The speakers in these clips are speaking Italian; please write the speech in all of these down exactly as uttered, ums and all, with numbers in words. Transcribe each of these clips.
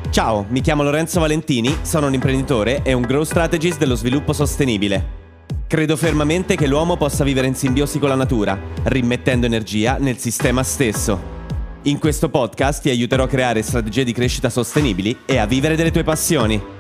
Ciao, mi chiamo Lorenzo Valentini, sono un imprenditore e un growth strategist dello sviluppo sostenibile. Credo fermamente che l'uomo possa vivere in simbiosi con la natura, rimettendo energia nel sistema stesso. In questo podcast ti aiuterò a creare strategie di crescita sostenibili e a vivere delle tue passioni.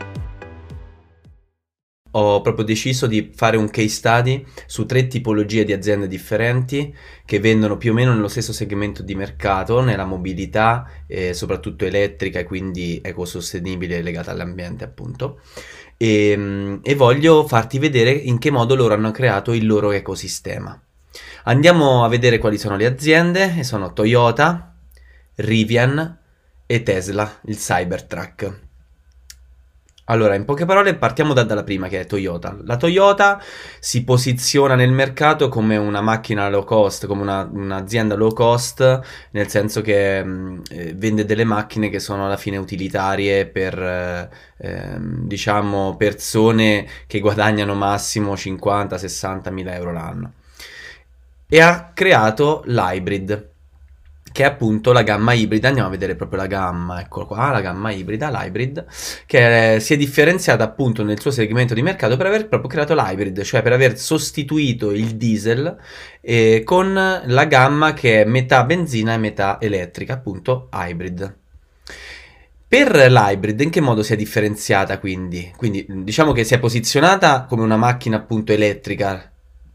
Ho proprio deciso di fare un case study su tre tipologie di aziende differenti che vendono più o meno nello stesso segmento di mercato, nella mobilità, eh, soprattutto elettrica e quindi ecosostenibile legata all'ambiente appunto. E, e voglio farti vedere in che modo loro hanno creato il loro ecosistema. Andiamo a vedere quali sono le aziende, e sono Toyota, Rivian e Tesla, il Cybertruck. Allora, in poche parole partiamo da, dalla prima, che è Toyota. La Toyota si posiziona nel mercato come una macchina low cost, come una, un'azienda low cost, nel senso che mh, eh, vende delle macchine che sono alla fine utilitarie per, eh, ehm, diciamo, persone che guadagnano massimo cinquanta sessanta mila euro l'anno. E ha creato l'hybrid, che è appunto la gamma ibrida. Andiamo a vedere proprio la gamma, ecco qua, la gamma ibrida, l'hybrid, che è, si è differenziata appunto nel suo segmento di mercato per aver proprio creato l'hybrid, cioè per aver sostituito il diesel eh, con la gamma che è metà benzina e metà elettrica, appunto hybrid. Per l'hybrid in che modo si è differenziata quindi? Quindi diciamo che si è posizionata come una macchina appunto elettrica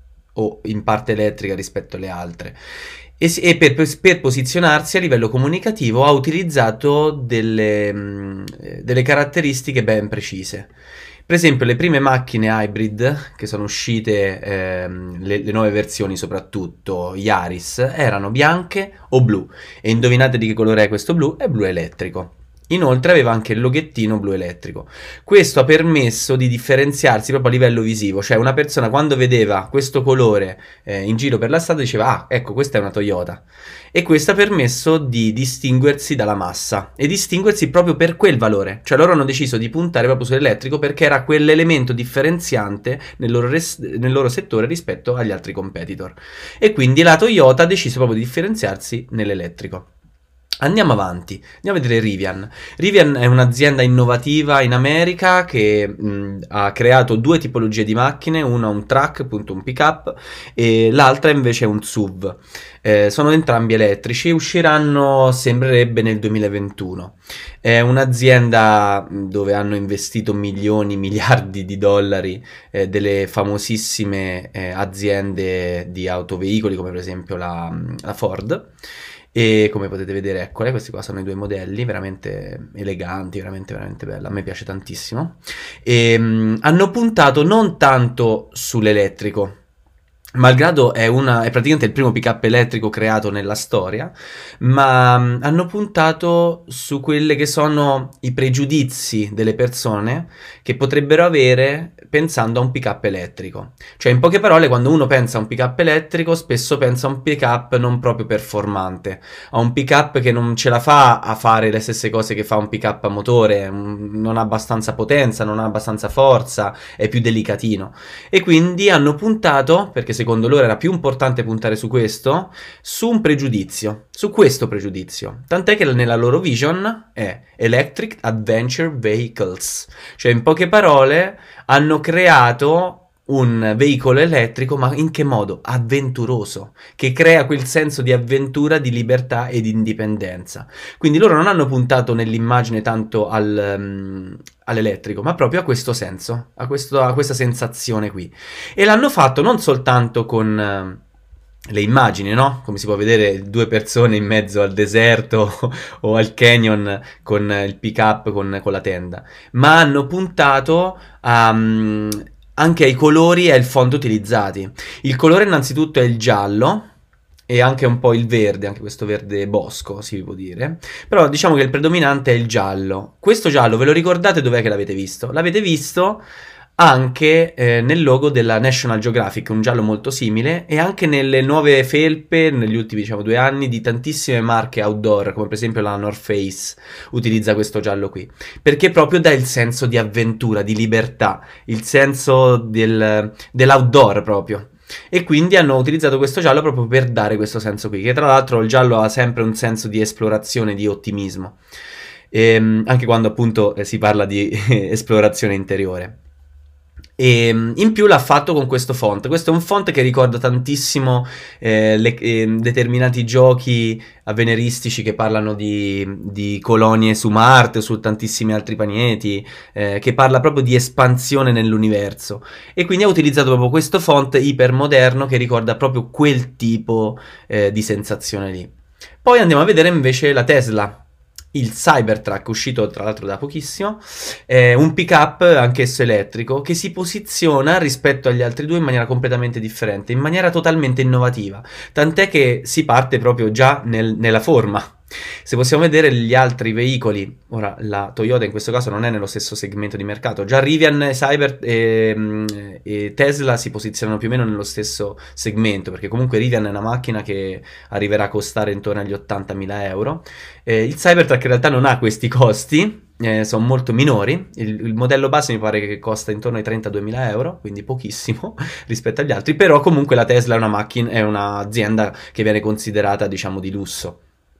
o in parte elettrica rispetto alle altre. E, e per, per posizionarsi a livello comunicativo ha utilizzato delle, mh, delle caratteristiche ben precise. Per esempio le prime macchine hybrid che sono uscite, ehm, le, le nuove versioni soprattutto, Yaris, erano bianche o blu. E indovinate di che colore è questo blu? È blu elettrico. Inoltre aveva anche il loghettino blu elettrico. Questo ha permesso di differenziarsi proprio a livello visivo, cioè una persona quando vedeva questo colore eh, in giro per la strada diceva ah, ecco, questa è una Toyota. E questo ha permesso di distinguersi dalla massa e distinguersi proprio per quel valore, cioè loro hanno deciso di puntare proprio sull'elettrico perché era quell'elemento differenziante nel loro, res- nel loro settore rispetto agli altri competitor. E quindi la Toyota ha deciso proprio di differenziarsi nell'elettrico. Andiamo avanti, andiamo a vedere Rivian. Rivian è un'azienda innovativa in America che mh, ha creato due tipologie di macchine, una un truck, appunto un pick-up, e l'altra invece è un S U V. Eh, sono entrambi elettrici, usciranno, sembrerebbe, nel duemilaventuno. È un'azienda dove hanno investito milioni, miliardi di dollari, eh, delle famosissime eh, aziende di autoveicoli, come per esempio la, la Ford. E come potete vedere, eccole, questi qua sono i due modelli, veramente eleganti, veramente veramente bella, a me piace tantissimo. E mh, hanno puntato non tanto sull'elettrico, malgrado è, una, è praticamente il primo pick-up elettrico creato nella storia, ma mh, hanno puntato su quelli che sono i pregiudizi delle persone che potrebbero avere pensando a un pick-up elettrico. Cioè, in poche parole, quando uno pensa a un pick-up elettrico, spesso pensa a un pick-up non proprio performante, a un pick-up che non ce la fa a fare le stesse cose che fa un pick-up a motore, non ha abbastanza potenza, non ha abbastanza forza, è più delicatino. E quindi hanno puntato, perché secondo loro era più importante puntare su questo, su un pregiudizio, su questo pregiudizio. Tant'è che nella loro vision è Electric Adventure Vehicles, cioè in poche parole hanno creato un veicolo elettrico, ma in che modo? Avventuroso, che crea quel senso di avventura, di libertà e di indipendenza. Quindi loro non hanno puntato nell'immagine tanto al, um, all'elettrico, ma proprio a questo senso, a, questo, a questa sensazione qui. E l'hanno fatto non soltanto con uh, le immagini, no? Come si può vedere, due persone in mezzo al deserto o al canyon con il pick-up, con, con la tenda, ma hanno puntato a... Um, anche ai colori e al fondo utilizzati. Il colore innanzitutto è il giallo e anche un po' il verde, anche questo verde bosco si può dire, però diciamo che il predominante è il giallo. Questo giallo ve lo ricordate dov'è che l'avete visto? L'avete visto anche eh, nel logo della National Geographic, un giallo molto simile, e anche nelle nuove felpe negli ultimi diciamo due anni di tantissime marche outdoor, come per esempio la North Face utilizza questo giallo qui, perché proprio dà il senso di avventura, di libertà, il senso del, dell'outdoor proprio. E quindi hanno utilizzato questo giallo proprio per dare questo senso qui, che tra l'altro il giallo ha sempre un senso di esplorazione, di ottimismo. ehm, anche quando appunto eh, si parla di esplorazione interiore. E in più l'ha fatto con questo font. Questo è un font che ricorda tantissimo eh, le, eh, determinati giochi avveniristici che parlano di, di colonie su Marte o su tantissimi altri pianeti, eh, che parla proprio di espansione nell'universo. E quindi ha utilizzato proprio questo font ipermoderno che ricorda proprio quel tipo eh, di sensazione lì. Poi andiamo a vedere invece la Tesla. Il Cybertruck, uscito tra l'altro da pochissimo, è un pick-up anch'esso elettrico che si posiziona rispetto agli altri due in maniera completamente differente, in maniera totalmente innovativa, tant'è che si parte proprio già nel, nella forma. Se possiamo vedere gli altri veicoli, ora la Toyota in questo caso non è nello stesso segmento di mercato, già Rivian, Cyber e, e Tesla si posizionano più o meno nello stesso segmento, perché comunque Rivian è una macchina che arriverà a costare intorno agli ottantamila euro. Eh, il Cybertruck in realtà non ha questi costi, eh, sono molto minori, il, il modello base mi pare che costa intorno ai trentaduemila euro, quindi pochissimo rispetto agli altri, però comunque la Tesla è una macchina, è un'azienda che viene considerata diciamo di lusso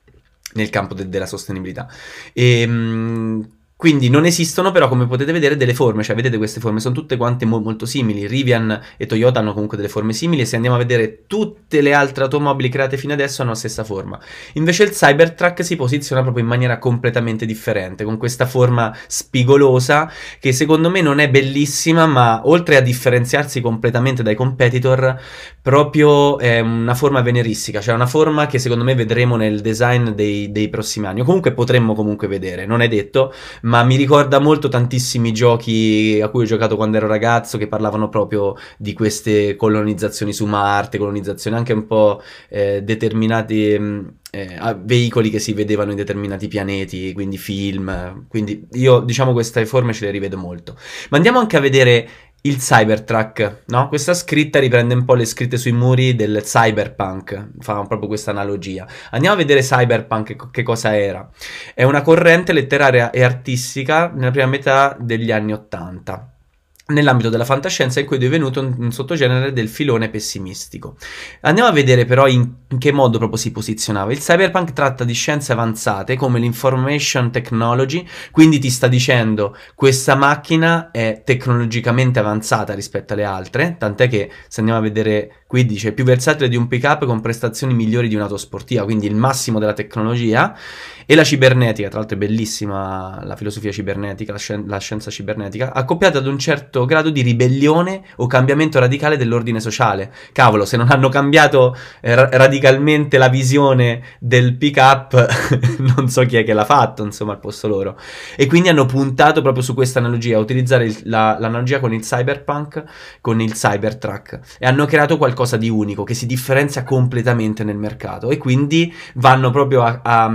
nel campo de della sostenibilità. E, mh, quindi non esistono però, come potete vedere, delle forme, cioè vedete queste forme sono tutte quante mo molto simili. Rivian e Toyota hanno comunque delle forme simili e se andiamo a vedere tutte le altre automobili create fino adesso hanno la stessa forma. Invece il Cybertruck si posiziona proprio in maniera completamente differente, con questa forma spigolosa che secondo me non è bellissima, ma oltre a differenziarsi completamente dai competitor, proprio è una forma veneristica, cioè una forma che secondo me vedremo nel design dei, dei prossimi anni, o comunque potremmo comunque vedere, non è detto, ma mi ricorda molto tantissimi giochi a cui ho giocato quando ero ragazzo, che parlavano proprio di queste colonizzazioni su Marte, colonizzazioni anche un po' eh, determinati mh, eh, veicoli che si vedevano in determinati pianeti, quindi film, quindi io diciamo queste forme ce le rivedo molto. Ma andiamo anche a vedere il Cybertruck, no? Questa scritta riprende un po' le scritte sui muri del cyberpunk, fa proprio questa analogia. Andiamo a vedere cyberpunk che cosa era. È una corrente letteraria e artistica nella prima metà degli anni ottanta, nell'ambito della fantascienza, in cui è divenuto un, un sottogenere del filone pessimistico. Andiamo a vedere però in, in che modo proprio si posizionava. Il cyberpunk tratta di scienze avanzate come l'information technology, quindi ti sta dicendo questa macchina è tecnologicamente avanzata rispetto alle altre, tant'è che se andiamo a vedere qui dice più versatile di un pick-up con prestazioni migliori di un'auto sportiva, quindi il massimo della tecnologia. E la cibernetica, tra l'altro è bellissima la filosofia cibernetica, la, scien la scienza cibernetica, accoppiata ad un certo grado di ribellione o cambiamento radicale dell'ordine sociale. Cavolo, se non hanno cambiato eh, ra radicalmente la visione del pick-up, non so chi è che l'ha fatto, insomma, al posto loro. E quindi hanno puntato proprio su questa analogia, a utilizzare l'analogia la, con il cyberpunk, con il Cybertruck, e hanno creato qualcosa di unico, che si differenzia completamente nel mercato, e quindi vanno proprio a... a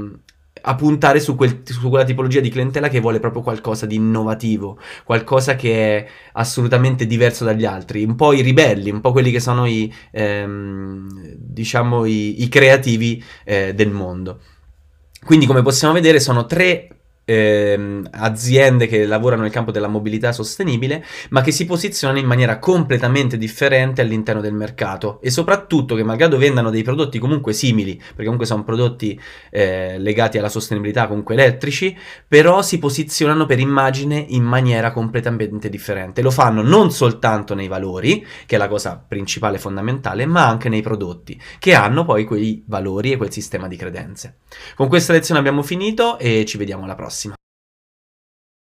a puntare su, quel, su quella tipologia di clientela che vuole proprio qualcosa di innovativo, qualcosa che è assolutamente diverso dagli altri, un po' i ribelli, un po' quelli che sono i, ehm, diciamo, i, i creativi eh, del mondo. Quindi, come possiamo vedere, sono tre ehm, aziende che lavorano nel campo della mobilità sostenibile, ma che si posizionano in maniera completamente differente all'interno del mercato, e soprattutto che malgrado vendano dei prodotti comunque simili, perché comunque sono prodotti eh, legati alla sostenibilità, comunque elettrici, però si posizionano per immagine in maniera completamente differente. Lo fanno non soltanto nei valori, che è la cosa principale e fondamentale, ma anche nei prodotti, che hanno poi quei valori e quel sistema di credenze. Con questa lezione abbiamo finito e ci vediamo alla prossima.